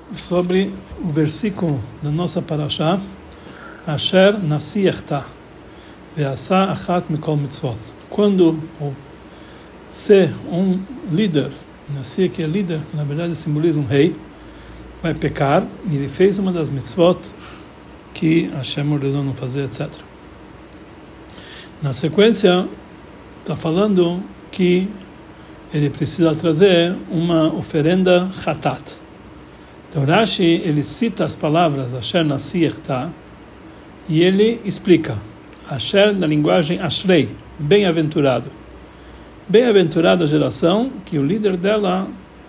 sobre o versículo da nossa parashá, Asher nasi echta, ve'asa achat mikol mitzvot. Quando ser um líder, nasi que é líder, que na verdade simboliza um rei, vai pecar, e ele fez uma das mitzvot que Hashem ordenou não fazer, etc. Na sequência, está falando que ele precisa trazer uma oferenda chatat. Então Rashi, ele cita as palavras Asher nasi echta e ele explica Asher na linguagem Ashrei, bem-aventurado. Bem-aventurada a geração que o líder dela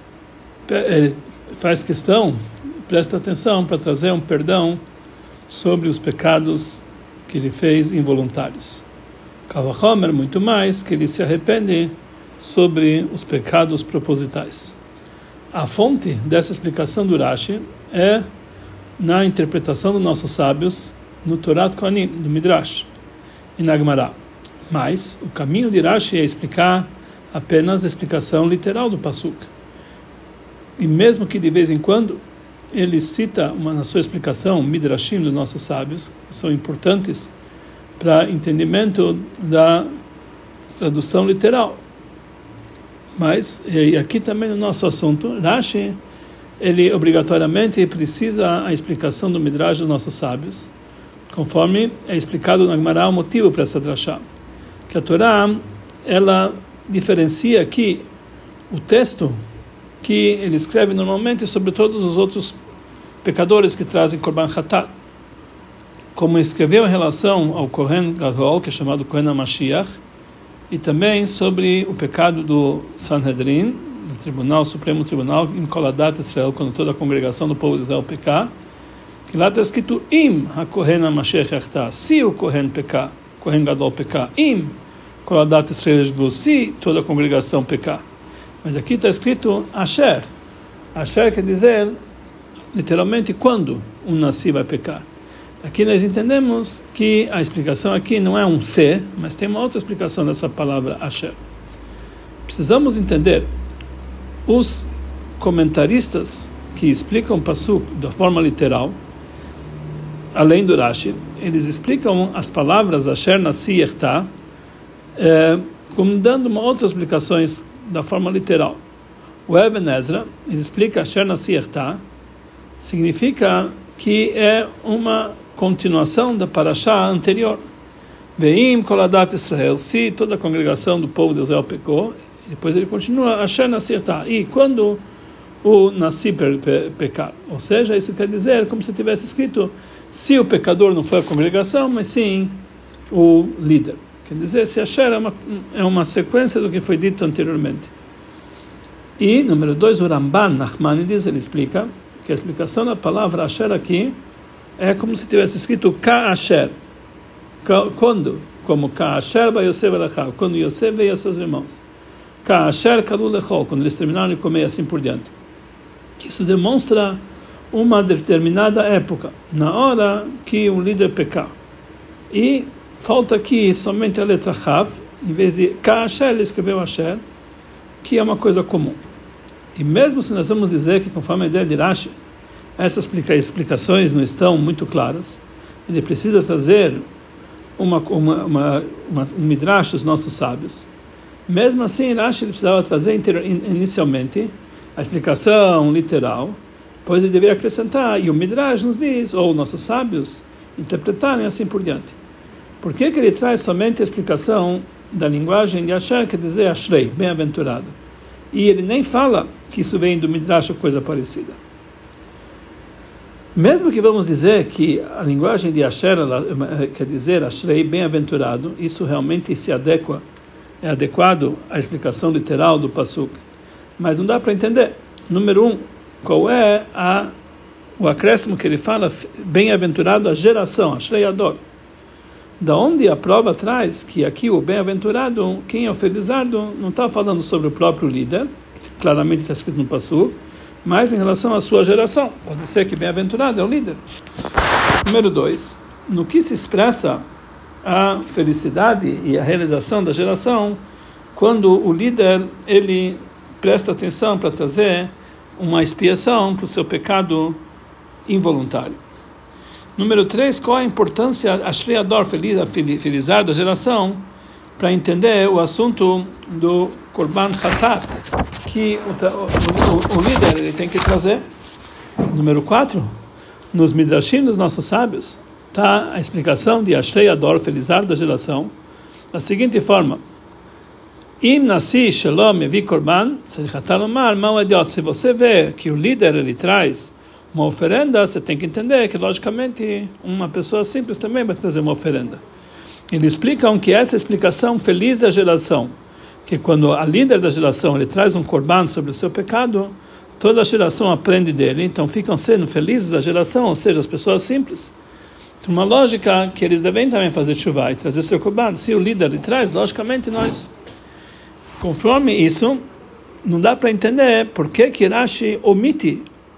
ele faz questão, presta atenção para trazer um perdão sobre os pecados que ele fez involuntários. Kavachomer, muito mais, que ele se arrepende sobre os pecados propositais. A fonte dessa explicação do Rashi é na interpretação dos nossos sábios no Torat Kohanim, do Midrash, e na Gemara. Mas o caminho de Rashi é explicar apenas a explicação literal do Pasuk. E mesmo que de vez em quando ele cita na sua explicação Midrashim dos nossos sábios, que são importantes para entendimento da tradução literal. Mas, e aqui também no nosso assunto, Rashi, ele obrigatoriamente precisa a explicação do Midrash dos nossos sábios, conforme é explicado na Gemara o motivo para essa drashá. Que a Torá, ela diferencia aqui o texto que ele escreve normalmente sobre todos os outros pecadores que trazem Korban Chatat, como escreveu em relação ao Kohen Gadol, que é chamado Kohen HaMashiach, e também sobre o pecado do Sanhedrin, do Tribunal, Supremo Tribunal, em Koladat Israel, quando toda a congregação do povo de Israel pecar, que lá está escrito Im HaKohen HaMashiach Yachta, se o Kohen pecar, Kohen Gadol pecar, Im Koladat Israel, se toda a congregação pecar. Mas aqui está escrito Asher. Asher quer dizer, literalmente, quando um nasi vai pecar. Aqui nós entendemos que a explicação aqui não é um se, mas tem uma outra explicação dessa palavra Asher. Precisamos entender os comentaristas que explicam o Pasuk da forma literal, além do Rashi, eles explicam as palavras Asher nasi echta, como dando outras explicações da forma literal. O Even Ezra, ele explica Asher nasi echta, significa que é uma continuação da parashá anterior. Veim koladat Israel, se toda a congregação do povo de Israel pecou, depois ele continua Asher nasi echta, e quando o nasi pecar. Ou seja, isso quer dizer como se tivesse escrito se o pecador não foi a congregação, mas sim o líder. Quer dizer, se Asher é uma sequência do que foi dito anteriormente. E, número 2, o Ramban Nachmanides, ele explica que a explicação da palavra Asher aqui é como se tivesse escrito Ka Asher. Quando? Como Ka Asher ba Yosef Alachav, quando Yosef veio a seus irmãos. Ka Asher kalu lechol, quando eles terminaram de comer, assim por diante. Isso demonstra uma determinada época, na hora que o líder pecar. E falta aqui somente a letra Chav, em vez de Ka Asher, ele escreveu Asher, que é uma coisa comum. E mesmo se nós vamos dizer que, conforme a ideia de Rashi, essas explicações não estão muito claras, ele precisa trazer um midrash dos nossos sábios. Mesmo assim, Rashi precisava trazer inicialmente a explicação literal, pois ele deveria acrescentar, e o midrash nos diz, ou nossos sábios interpretarem assim por diante. Por que ele traz somente a explicação da linguagem de Asher, quer dizer Ashrei, bem-aventurado? E ele nem fala que isso vem do midrash ou coisa parecida. Mesmo que vamos dizer que a linguagem de Asher quer dizer Ashrei, bem-aventurado, isso realmente é adequado à explicação literal do Pasuk. Mas não dá para entender. Número 1, qual é o acréscimo que ele fala, bem-aventurado a geração, Ashrei Ador. Da onde a prova traz que aqui o bem-aventurado, quem é o felizardo, não está falando sobre o próprio líder, que claramente está escrito no Pasuk, mas em relação à sua geração. Pode ser que bem-aventurado é o líder. Número 2, no que se expressa a felicidade e a realização da geração, quando o líder ele presta atenção para trazer uma expiação para o seu pecado involuntário. Número 3, qual a importância, Ashrei Ador, felizar da geração, para entender o assunto do Korban Chatat, que o líder ele tem que trazer. Número 4, nos Midrashim dos nossos sábios, está a explicação de Ashrei Ador, felizar da geração, da seguinte forma: Im nasi shalom yavi korban, se você vê que o líder ele traz uma oferenda, você tem que entender que, logicamente, uma pessoa simples também vai trazer uma oferenda. Eles explicam que essa explicação feliz da geração, que quando a líder da geração ele traz um korban sobre o seu pecado, toda a geração aprende dele, então ficam sendo felizes da geração, ou seja, as pessoas simples. Então, uma lógica que eles devem também fazer chuva e trazer seu korban. Se o líder ele traz, logicamente nós. Conforme isso, não dá para entender por que Rashi omite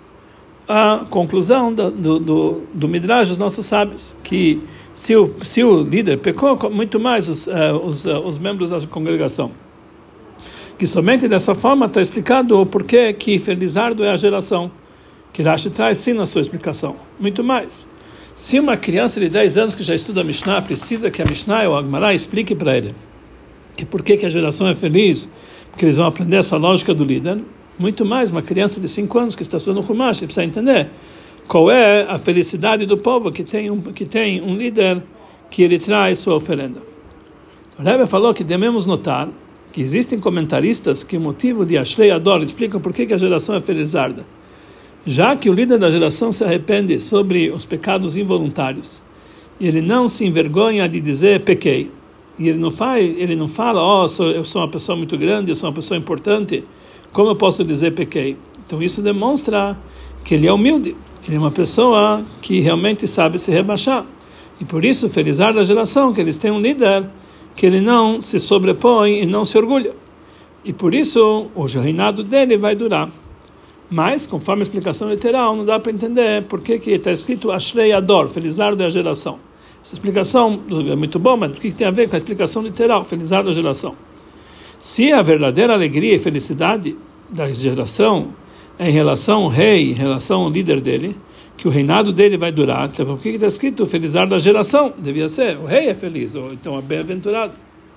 a conclusão do Midrash dos nossos sábios, que se o líder pecou, muito mais os membros da congregação. Que somente dessa forma está explicado o porquê que felizardo é a geração, que Rashi traz sim na sua explicação. Muito mais. Se uma criança de 10 anos que já estuda a Mishnah precisa que a Mishnah ou a Gemara explique para ele que por que a geração é feliz, porque eles vão aprender essa lógica do líder, muito mais uma criança de 5 anos que está estudando o Chumash precisa entender qual é a felicidade do povo que tem um líder que ele traz sua oferenda. O Rebbe falou que devemos notar que existem comentaristas que o motivo de Ashrei Ador explicam por que a geração é felizarda. Já que o líder da geração se arrepende sobre os pecados involuntários, e ele não se envergonha de dizer pequei, e ele não fala, eu sou uma pessoa muito grande, eu sou uma pessoa importante, como eu posso dizer pequei? Então isso demonstra que ele é humilde, ele é uma pessoa que realmente sabe se rebaixar, e por isso, felizar da geração, que eles têm um líder que ele não se sobrepõe e não se orgulha, e por isso o reinado dele vai durar. Mas, conforme a explicação literal, não dá para entender por que está escrito Ashrei Ador, felizardo da geração. Essa explicação é muito boa, mas o que tem a ver com a explicação literal, felizardo da geração? Se a verdadeira alegria e felicidade da geração é em relação ao rei, em relação ao líder dele, que o reinado dele vai durar, então por que está escrito felizardo da geração? Devia ser, o rei é feliz, ou então é bem-aventurado.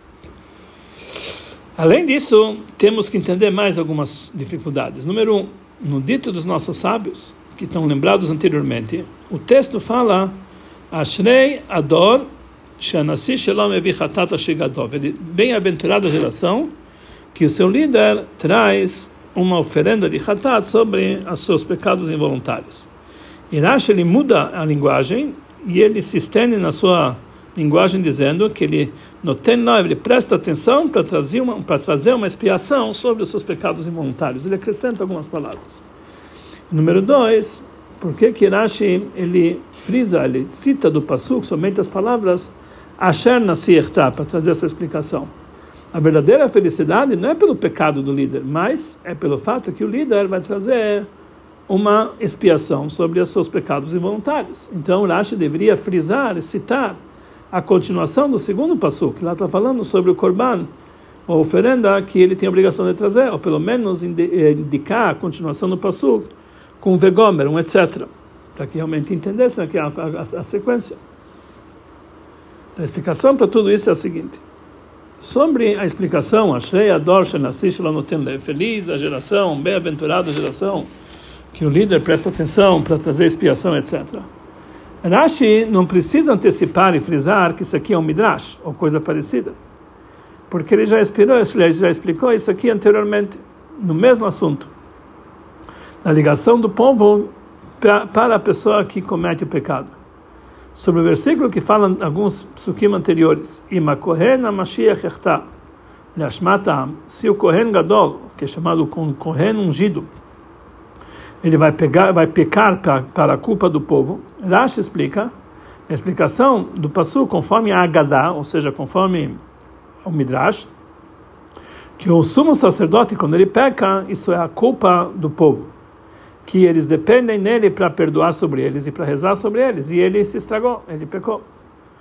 Além disso, temos que entender mais algumas dificuldades. Número 1, no dito dos nossos sábios, que estão lembrados anteriormente, o texto fala Ashrei Ador Shanasi Shalom Evi Chatat Ashigadov, bem-aventurada a geração que o seu líder traz uma oferenda de Chatat sobre os seus pecados involuntários. E Rashi ele muda a linguagem e ele se estende na sua linguagem dizendo que ele ele presta atenção para trazer uma expiação sobre os seus pecados involuntários. Ele acrescenta algumas palavras. Número 2, por que Rashi ele frisa, ele cita do Pasuk somente as palavras Asher Nasi Echta, para trazer essa explicação. A verdadeira felicidade não é pelo pecado do líder, mas é pelo fato que o líder vai trazer uma expiação sobre os seus pecados involuntários. Então Rashi deveria frisar e citar a continuação do segundo Pasuk, que lá está falando sobre o Korban, a oferenda que ele tem a obrigação de trazer, ou pelo menos indicar a continuação do Pasuk com Vegomer, etc., para que realmente entendessem aqui a sequência. A explicação para tudo isso é a seguinte: sobre a explicação, Ashrei Ador Shenasi Shalom Noten Lev, feliz a geração, bem-aventurada a geração, que o líder presta atenção para trazer expiação, etc. Rashi não precisa antecipar e frisar que isso aqui é um Midrash, ou coisa parecida, porque ele já explicou isso aqui anteriormente, no mesmo assunto, na ligação do povo para a pessoa que comete o pecado. Sobre o versículo que fala alguns psukim anteriores, Ima Kohen HaMashiach Echta, Leashmat Ha'am, se o Kohen Gadol, que é chamado Kohen ungido, ele vai pecar para a culpa do povo, Rashi explica, a explicação do Pasuk conforme a Agadá, ou seja, conforme o Midrash, que o sumo sacerdote, quando ele peca, isso é a culpa do povo, que eles dependem nele para perdoar sobre eles e para rezar sobre eles, e ele se estragou, ele pecou.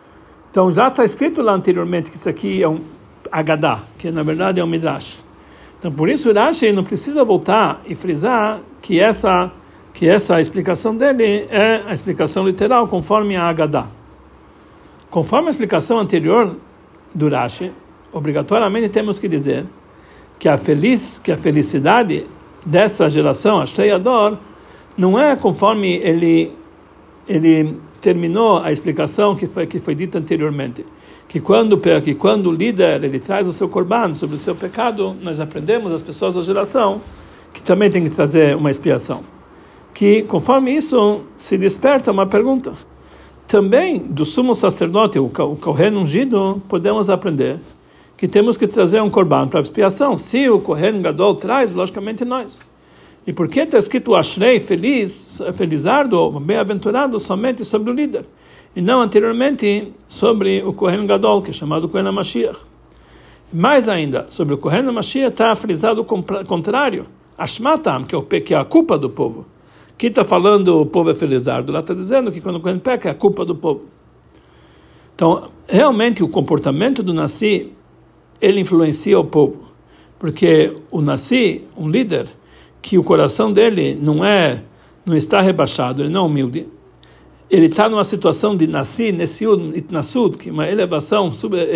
Então já está escrito lá anteriormente que isso aqui é um Agadá, que na verdade é um Midrash. Então, por isso, Rashi não precisa voltar e frisar que essa explicação dele é a explicação literal, conforme a Haggadah. Conforme a explicação anterior do Rashi, obrigatoriamente temos que dizer que a felicidade dessa geração, Ashrei Ador, não é conforme ele terminou a explicação que foi dita anteriormente, que quando o líder ele traz o seu korban sobre o seu pecado, nós aprendemos as pessoas da geração que também tem que trazer uma expiação. Que conforme isso se desperta uma pergunta. Também do sumo sacerdote, o Kohen ungido, podemos aprender que temos que trazer um korban para expiação. Se o Kohen Gadol traz, logicamente nós. E por que está escrito Ashrei, felizardo, bem-aventurado, somente sobre o líder? E não anteriormente sobre o Kohen Gadol, que é chamado Kohen HaMashiach. Mais ainda, sobre o Kohen HaMashiach está frisado o contrário, Ashmatam, que é a culpa do povo. Aqui está falando o povo é felizardo, lá está dizendo que quando o Kohen peca é a culpa do povo. Então, realmente o comportamento do Nasi, ele influencia o povo, porque o Nasi, um líder, que o coração dele não está rebaixado, ele não é humilde, ele está numa situação de Nasi, Nesiud, Itnasud, que é uma elevação,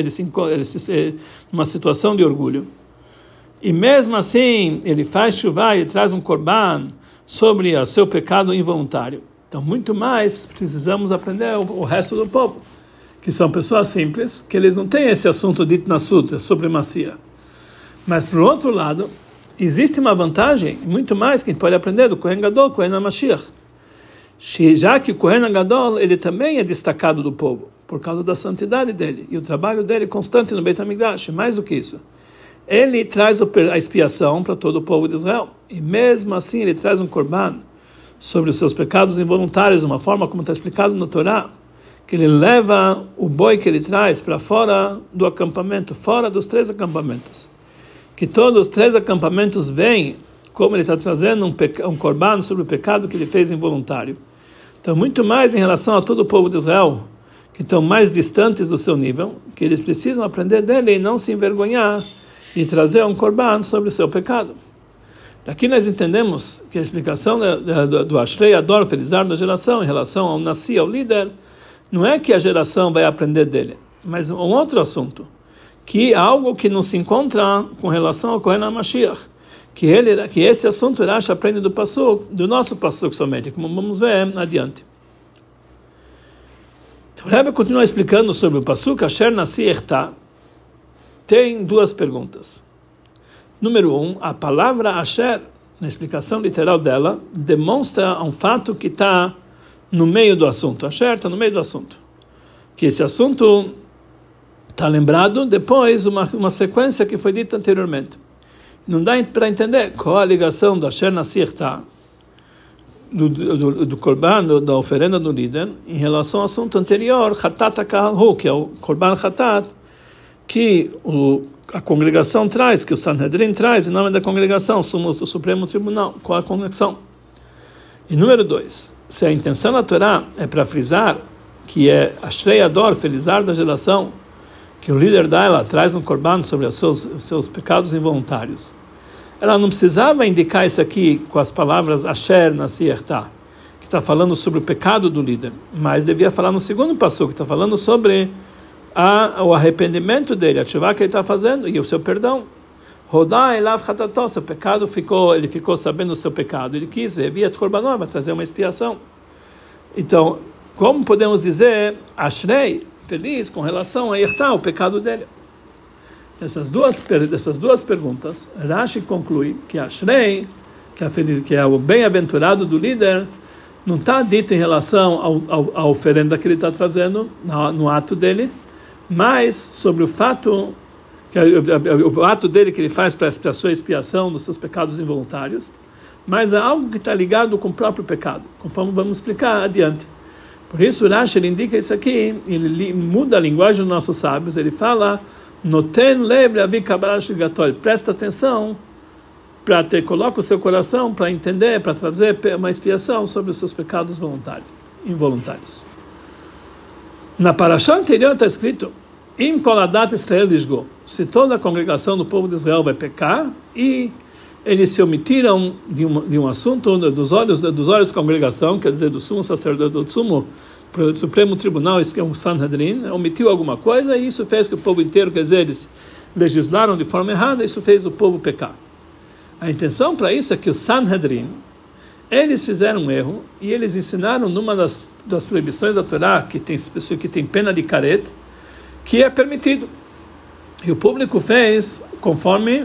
numa situação de orgulho. E mesmo assim, ele faz chuva, ele traz um korban sobre o seu pecado involuntário. Então, muito mais precisamos aprender o resto do povo, que são pessoas simples, que eles não têm esse assunto de Itnasud, supremacia. Mas, por outro lado, existe uma vantagem, muito mais, que a gente pode aprender do Kohen Gadol, Kohen HaMashiach. Já que o Kohen Gadol, ele também é destacado do povo, por causa da santidade dele, e o trabalho dele constante no Beit HaMikdash, mais do que isso. Ele traz a expiação para todo o povo de Israel, e mesmo assim ele traz um korban sobre os seus pecados involuntários, de uma forma como está explicado no Torá, que ele leva o boi que ele traz para fora do acampamento, fora dos 3 acampamentos. Que todos os 3 acampamentos veem como ele está trazendo um korban sobre o pecado que ele fez involuntário. Então, muito mais em relação a todo o povo de Israel, que estão mais distantes do seu nível, que eles precisam aprender dele e não se envergonhar e trazer um korban sobre o seu pecado. Daqui nós entendemos que a explicação do Ashrei Ador, felizardo da geração, em relação ao Nasi, ao líder, não é que a geração vai aprender dele, mas um outro assunto, que é algo que não se encontra com relação ao Kohen HaMashiach, que esse assunto Rashi aprende do nosso Pasuk somente, como vamos ver adiante. Então, o Rebbe continua explicando sobre o Pasuk, Asher Nasi Echta. Tem 2 perguntas. Número 1, a palavra Asher, na explicação literal dela, demonstra um fato que está no meio do assunto. Asher está no meio do assunto. Que esse assunto está lembrado depois uma sequência que foi dita anteriormente. Não dá para entender qual a ligação do Asher Nasi Echta, do korban, da oferenda do líder, em relação ao assunto anterior, Chatat HaKahalhu, que é o korban Chatat, que a congregação traz, que o Sanhedrin traz, em nome da congregação, o Supremo Tribunal. Qual a conexão? E número 2, se a intenção da Torá é para frisar que é Ashrei Ador, felizardo da geração, que o líder dela traz um korban sobre os seus pecados involuntários, ela não precisava indicar isso aqui com as palavras Asher Nasi Echta, que está falando sobre o pecado do líder, mas devia falar no segundo passo, que está falando sobre o arrependimento dele, a tshuva que ele está fazendo e o seu perdão. Rodá elav chatató, seu pecado ele ficou sabendo do seu pecado, ele quis ver via korbanot para trazer uma expiação. Então, como podemos dizer Ashrei, feliz com relação a Echta, o pecado dele? Dessas duas perguntas, Rashi conclui que Ashrei, que é o bem-aventurado do líder, não está dito em relação à oferenda que ele está trazendo no ato dele, mas sobre o fato que o ato dele que ele faz para a sua expiação dos seus pecados involuntários, mas é algo que está ligado com o próprio pecado, conforme vamos explicar adiante. Por isso, Rashi ele indica isso aqui, ele muda a linguagem dos nossos sábios, ele fala Noten lev levi kabbalah gatol, presta atenção, coloca o seu coração para entender, para trazer uma expiação sobre os seus pecados involuntários. Na parashá anterior está escrito Im koladat Israel lishgo. Se toda a congregação do povo de Israel vai pecar e eles se omitiram de um assunto dos olhos da congregação, quer dizer, do sumo sacerdote, do Supremo Tribunal, isso que é um Sanhedrin, omitiu alguma coisa e isso fez que o povo inteiro, quer dizer, eles legislaram de forma errada, isso fez o povo pecar. A intenção para isso é que o Sanhedrin, eles fizeram um erro e eles ensinaram numa das proibições da Torá, que tem pena de caret, que é permitido. E o público fez conforme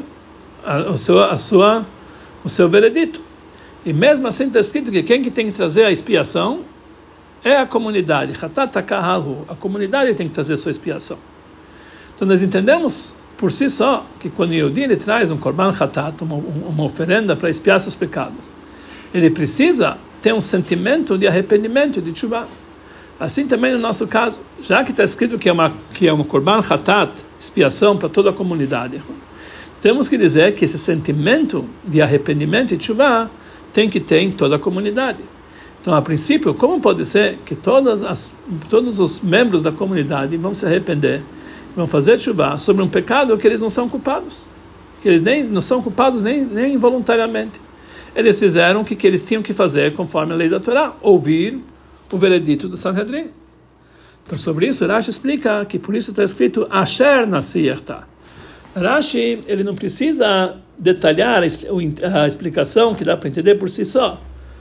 o seu veredito. E mesmo assim está escrito que quem que tem que trazer a expiação é a comunidade. A comunidade tem que trazer a sua expiação. Então nós entendemos por si só que quando o Yehudi ele traz um korban chatat, uma oferenda para expiar seus pecados, ele precisa ter um sentimento de arrependimento, de tshuva. Assim também no nosso caso, já que está escrito que é uma korban chatat, expiação para toda a comunidade, temos que dizer que esse sentimento de arrependimento e tshuva tem que ter em toda a comunidade. Então, a princípio, como pode ser que todos os membros da comunidade vão se arrepender, vão fazer tshuva sobre um pecado que eles não são culpados, que eles não são culpados nem involuntariamente. Eles fizeram o que eles tinham que fazer conforme a lei da Torá, ouvir o veredito do Sanhedrin. Então, sobre isso, Rashi explica que por isso está escrito Asher Nasiyachta. Rashi, ele não precisa detalhar a explicação que dá para entender por si só.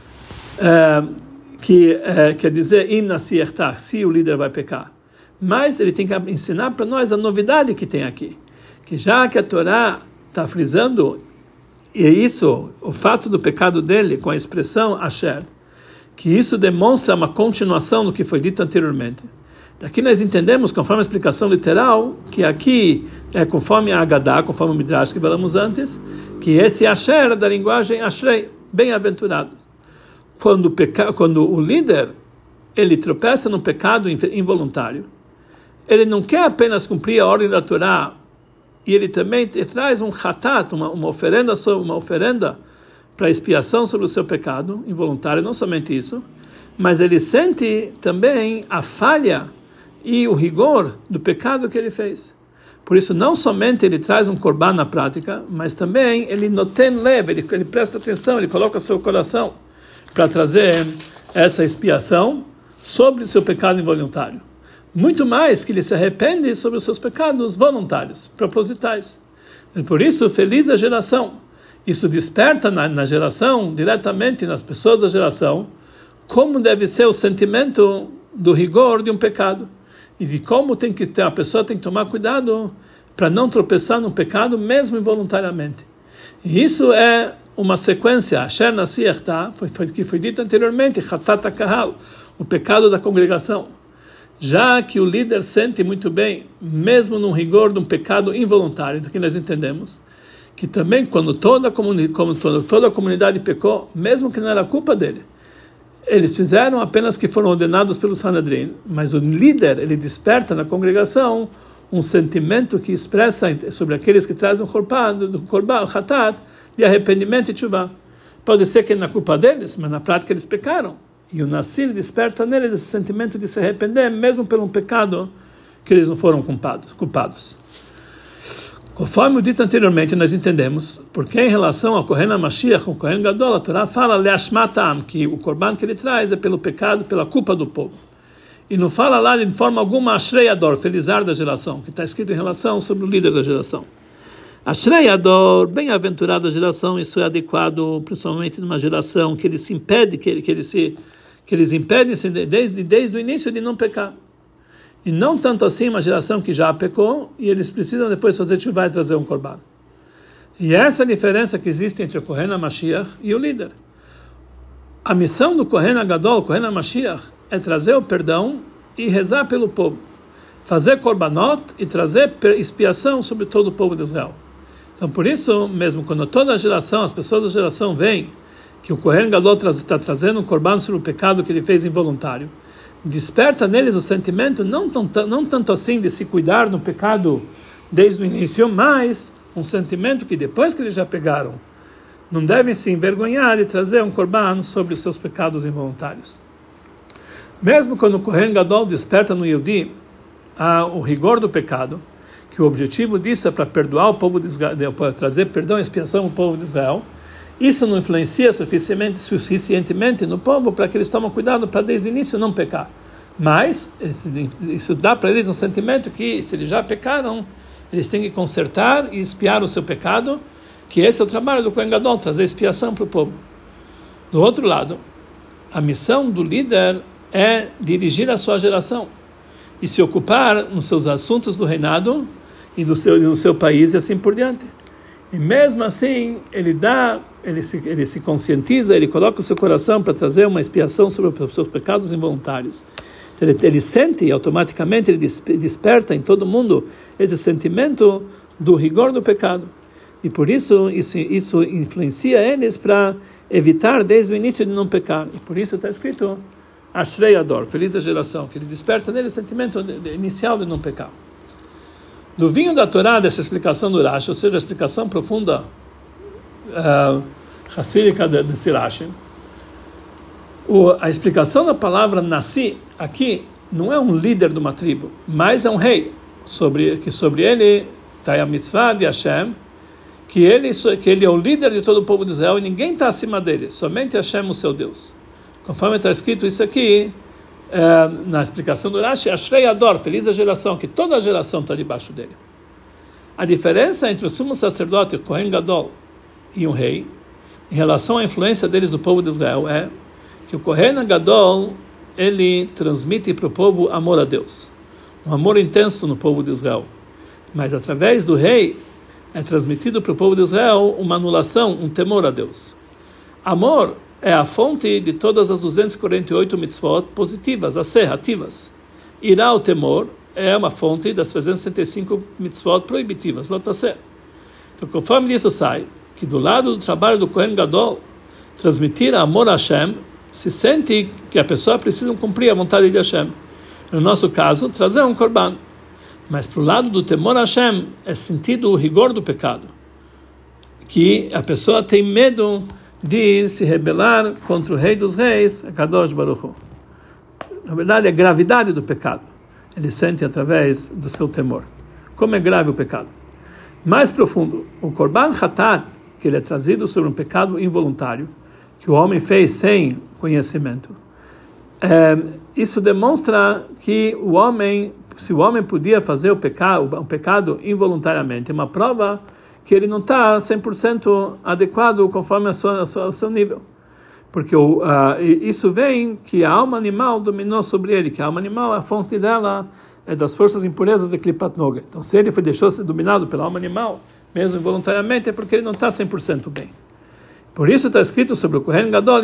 Quer dizer, Im Nasiyachta, se o líder vai pecar. Mas ele tem que ensinar para nós a novidade que tem aqui. Que já que a Torá está frisando, e isso, o fato do pecado dele, com a expressão Asher, que isso demonstra uma continuação do que foi dito anteriormente. Daqui nós entendemos, conforme a explicação literal, que aqui é conforme a Haggadah, conforme o Midrash que falamos antes, que esse Asher é da linguagem Ashrei, bem-aventurado. Quando o líder ele tropeça num pecado involuntário, ele não quer apenas cumprir a ordem da Torá, e ele também traz um chatat, uma oferenda para expiação sobre o seu pecado involuntário, não somente isso, mas ele sente também a falha e o rigor do pecado que ele fez. Por isso, não somente ele traz um korban na prática, mas também ele noten lev, ele presta atenção, ele coloca seu coração para trazer essa expiação sobre o seu pecado involuntário. Muito mais que ele se arrepende sobre os seus pecados voluntários, propositais. E por isso, feliz a geração. Isso desperta na geração, diretamente nas pessoas da geração, como deve ser o sentimento do rigor de um pecado. E de como a pessoa tem que tomar cuidado para não tropeçar num pecado, mesmo involuntariamente. E isso é uma sequência, Asher Nasiyachta, que foi dito anteriormente, Chatat HaKahal, o pecado da congregação. Já que o líder sente muito bem, mesmo no rigor de um pecado involuntário, do que nós entendemos, que também quando toda a comunidade pecou, mesmo que não era culpa dele, eles fizeram apenas que foram ordenados pelo Sanhedrin, mas o líder, ele desperta na congregação um sentimento que expressa sobre aqueles que trazem o korban, o chatat, de arrependimento e tshuva. Pode ser que não é culpa deles, mas na prática eles pecaram. E o Nasir desperta nele esse sentimento de se arrepender, mesmo por um pecado que eles não foram culpados. Conforme o dito anteriormente, nós entendemos porque em relação ao Kohen HaMashiach, com o Kohen Gadol, a Torá fala le'ashmatam, que o korban que ele traz é pelo pecado, pela culpa do povo. E não fala lá de forma alguma Ashrei Ador, felizar da geração, que está escrito em relação sobre o líder da geração. Ashrei Ador, bem-aventurada geração, isso é adequado principalmente numa geração que ele se impede, que eles impedem desde o início de não pecar. E não tanto assim uma geração que já pecou e eles precisam depois fazer tshuva e trazer um korban. E essa é a diferença que existe entre o Kohen HaMashiach e o líder. A missão do Kohen HaGadol, Kohen HaMashiach, é trazer o perdão e rezar pelo povo. Fazer korbanot e trazer expiação sobre todo o povo de Israel. Então por isso, mesmo quando toda a geração, as pessoas da geração veem que o Kohen Gadol está trazendo um korban sobre o pecado que ele fez involuntário, desperta neles o sentimento não tanto assim de se cuidar do pecado desde o início, mas um sentimento que depois que eles já pegaram, não devem se envergonhar de trazer um korban sobre os seus pecados involuntários. Mesmo quando o Kohen Gadol desperta no Yehudi o rigor do pecado, que o objetivo disso é para perdoar o povo de Israel, para trazer perdão e expiação ao povo de Israel, isso não influencia suficientemente no povo para que eles tomem cuidado para desde o início não pecar. Mas isso dá para eles um sentimento que, se eles já pecaram, eles têm que consertar e expiar o seu pecado, que esse é o trabalho do Kohen Gadol, trazer expiação para o povo. Do outro lado, a missão do líder é dirigir a sua geração e se ocupar nos seus assuntos do reinado e do seu país e assim por diante. E mesmo assim, ele se conscientiza, ele coloca o seu coração para trazer uma expiação sobre os seus pecados involuntários. Ele sente e automaticamente ele desperta em todo mundo esse sentimento do rigor do pecado. E por isso influencia eles para evitar desde o início de não pecar. E por isso está escrito Ashrei Ador, feliz a geração, que ele desperta nele o sentimento inicial de não pecar. Do vinho da Torá, dessa explicação do Rashi, ou seja, a explicação profunda hassídica de Rashi, a explicação da palavra Nasi aqui não é um líder de uma tribo, mas é um rei, que sobre ele está a mitzvah de Hashem, que ele é o líder de todo o povo de Israel e ninguém está acima dele, somente Hashem, o seu Deus. Conforme está escrito isso aqui, na explicação do Rashi, Ashrei Ador, feliz a geração, que toda a geração está debaixo dele. A diferença entre o sumo sacerdote, o Kohen Gadol, e um rei, em relação à influência deles no povo de Israel, é que o Kohen Gadol, ele transmite para o povo amor a Deus, um amor intenso no povo de Israel. Mas através do rei, é transmitido para o povo de Israel uma anulação, um temor a Deus. Amor é a fonte de todas as 248 mitzvot positivas, as ativas. Irá, o temor, é uma fonte das 365 mitzvot proibitivas, lotasé. Então, conforme isso sai, que do lado do trabalho do Kohen Gadol, transmitir amor a Hashem, se sente que a pessoa precisa cumprir a vontade de Hashem. No nosso caso, trazer um korban. Mas para o lado do temor a Hashem, é sentido o rigor do pecado. Que a pessoa tem medo de se rebelar contra o Rei dos Reis, Kadosh Baruch Hu. Na verdade, a gravidade do pecado ele sente através do seu temor. Como é grave o pecado? Mais profundo, o Korban Hatat, que ele é trazido sobre um pecado involuntário, que o homem fez sem conhecimento. Isso demonstra que se o homem podia fazer um pecado involuntariamente, é uma prova que ele não está 100% adequado conforme o seu nível. Porque isso vem que a alma animal dominou sobre ele, que a alma animal, a fonte dela é das forças impurezas de Klipat Noga. Então, se ele deixou-se dominado pela alma animal, mesmo involuntariamente, é porque ele não está 100% bem. Por isso está escrito sobre o Kohen Gadol,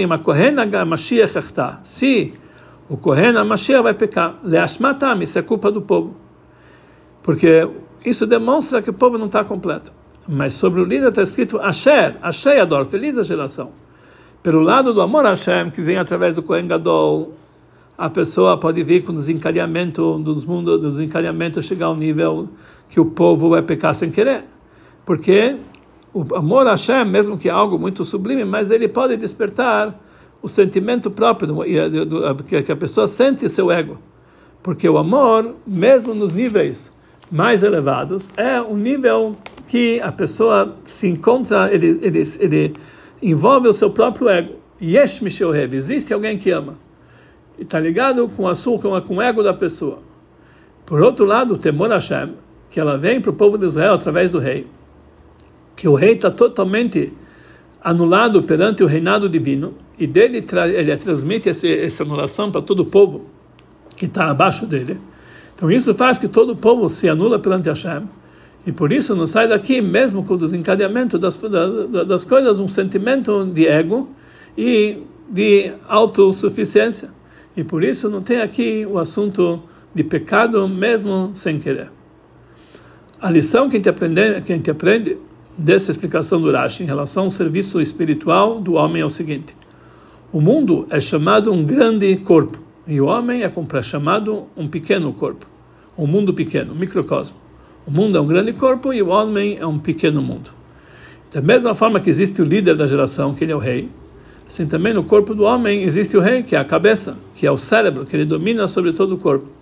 se o Kohen HaMashiach vai pecar, leashmatam, isso é culpa do povo. Porque isso demonstra que o povo não está completo. Mas sobre o líder está escrito Ashrei Ador, feliz a geração. Pelo lado do amor a Hashem, que vem através do Kohen Gadol, a pessoa pode vir com o desencadeamento chegar ao nível que o povo vai pecar sem querer. Porque o amor a Hashem, mesmo que é algo muito sublime, mas ele pode despertar o sentimento próprio, que a pessoa sente seu ego. Porque o amor, mesmo nos níveis mais elevados, é um nível que a pessoa se encontra, ele envolve o seu próprio ego. Yesh Mishohev, existe alguém que ama. E está ligado com o ego da pessoa. Por outro lado, o temor a Hashem, que ela vem para o povo de Israel através do rei, que o rei está totalmente anulado perante o reinado divino, e dele ele transmite essa anulação para todo o povo que está abaixo dele. Então isso faz que todo o povo se anula perante Hashem, e por isso não sai daqui, mesmo com o desencadeamento das coisas, um sentimento de ego e de autossuficiência. E por isso não tem aqui o assunto de pecado, mesmo sem querer. A lição que a gente aprende dessa explicação do Rashi em relação ao serviço espiritual do homem é o seguinte: o mundo é chamado um grande corpo, e o homem é chamado um pequeno corpo, um mundo pequeno, um microcosmo. O mundo é um grande corpo e o homem é um pequeno mundo. Da mesma forma que existe o líder da geração, que ele é o rei, assim também no corpo do homem existe o rei, que é a cabeça, que é o cérebro, que ele domina sobre todo o corpo.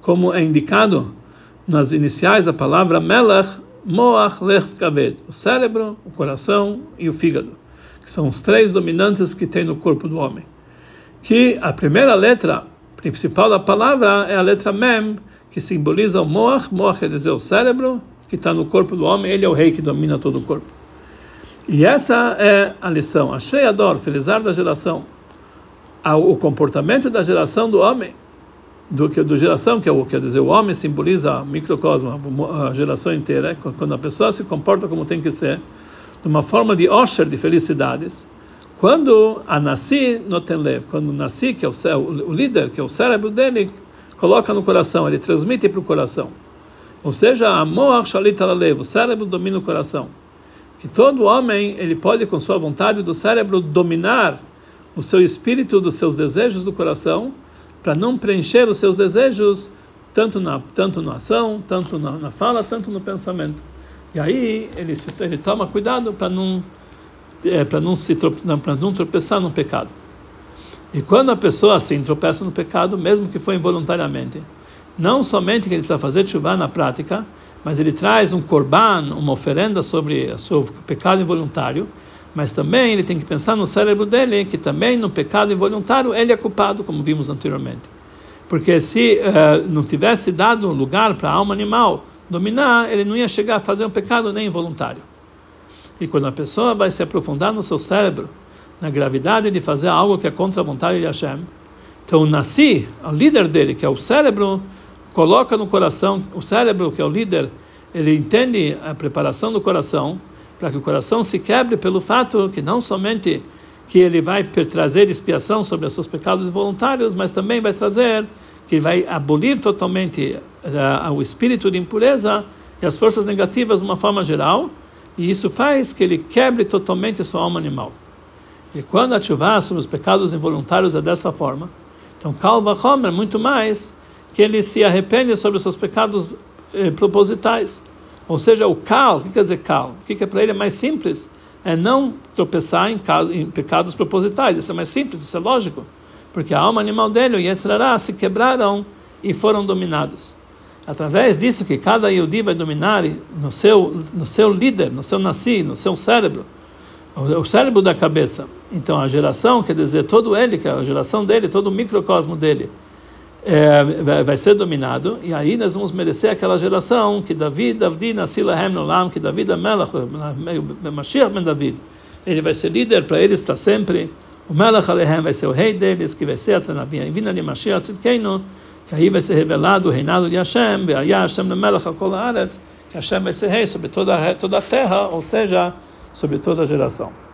como é indicado nas iniciais da palavra Melech, Moach, Lech, Kaved, o cérebro, o coração e o fígado, que são os três dominantes que tem no corpo do homem. Que a primeira letra principal da palavra é a letra Mem, que simboliza o Moach. Moach quer dizer o cérebro, que está no corpo do homem, ele é o rei que domina todo o corpo. E essa é a lição. Ashrei Ador, felizar da geração. O comportamento da geração do homem, do geração, quer dizer, o homem simboliza o microcosmo, a geração inteira, quando a pessoa se comporta como tem que ser, de uma forma de osher, de felicidades. Quando a Nasi Notenlev, quando o Nasi, que é o líder, que é o cérebro dele, coloca no coração, ele transmite para o coração. Ou seja, a Moach Shalit Alalev, o cérebro domina o coração. Que todo homem, ele pode, com sua vontade do cérebro, dominar o seu espírito dos seus desejos do coração, para não preencher os seus desejos, tanto na ação, tanto na fala, tanto no pensamento. E aí ele toma cuidado para não tropeçar no pecado. E quando a pessoa assim tropeça no pecado, mesmo que foi involuntariamente, não somente que ele precisa fazer teshuvah na prática, mas ele traz um korban, uma oferenda sobre o seu pecado involuntário, mas também ele tem que pensar no cérebro dele, que também no pecado involuntário ele é culpado, como vimos anteriormente. Porque se não tivesse dado lugar para a alma animal dominar, ele não ia chegar a fazer um pecado nem involuntário. E quando a pessoa vai se aprofundar no seu cérebro, na gravidade de fazer algo que é contra a vontade de Hashem, então o Nasi, o líder dele, que é o cérebro, coloca no coração, o cérebro, que é o líder, ele entende a preparação do coração, para que o coração se quebre pelo fato que não somente que ele vai trazer expiação sobre os seus pecados involuntários, mas também vai trazer, que vai abolir totalmente o espírito de impureza e as forças negativas de uma forma geral, e isso faz que ele quebre totalmente a sua alma animal. E quando a teshuvah sobre os pecados involuntários é dessa forma, então Kal Vachomer, muito mais, que ele se arrepende sobre os seus pecados propositais. Ou seja, o Kal, o que quer dizer Kal? O que para ele é mais simples? É não tropeçar em pecados propositais. Isso é mais simples, isso é lógico. Porque a alma animal dele, o Yetzer Hara, se quebraram e foram dominados. Através disso que cada Yehudi vai dominar no seu líder, no seu Nasi, no seu cérebro, o cérebro da cabeça. Então a geração, quer dizer, todo ele, que é a geração dele, todo o microcosmo dele, vai ser dominado, e aí nós vamos merecer aquela geração que Davi Nasi Lahem Nolam, que Davi é Melech, Mashiach ben David, ele vai ser líder para eles para sempre, o Melech Alehem vai ser o rei deles, que vai ser a Vinna de Mashiach Tzidkeinu, que aí vai ser revelado o reinado de Hashem, Ve'ayah Hashem Melech al Kol Haaretz, que Hashem vai ser rei sobre toda a terra, ou seja, sobre toda a geração.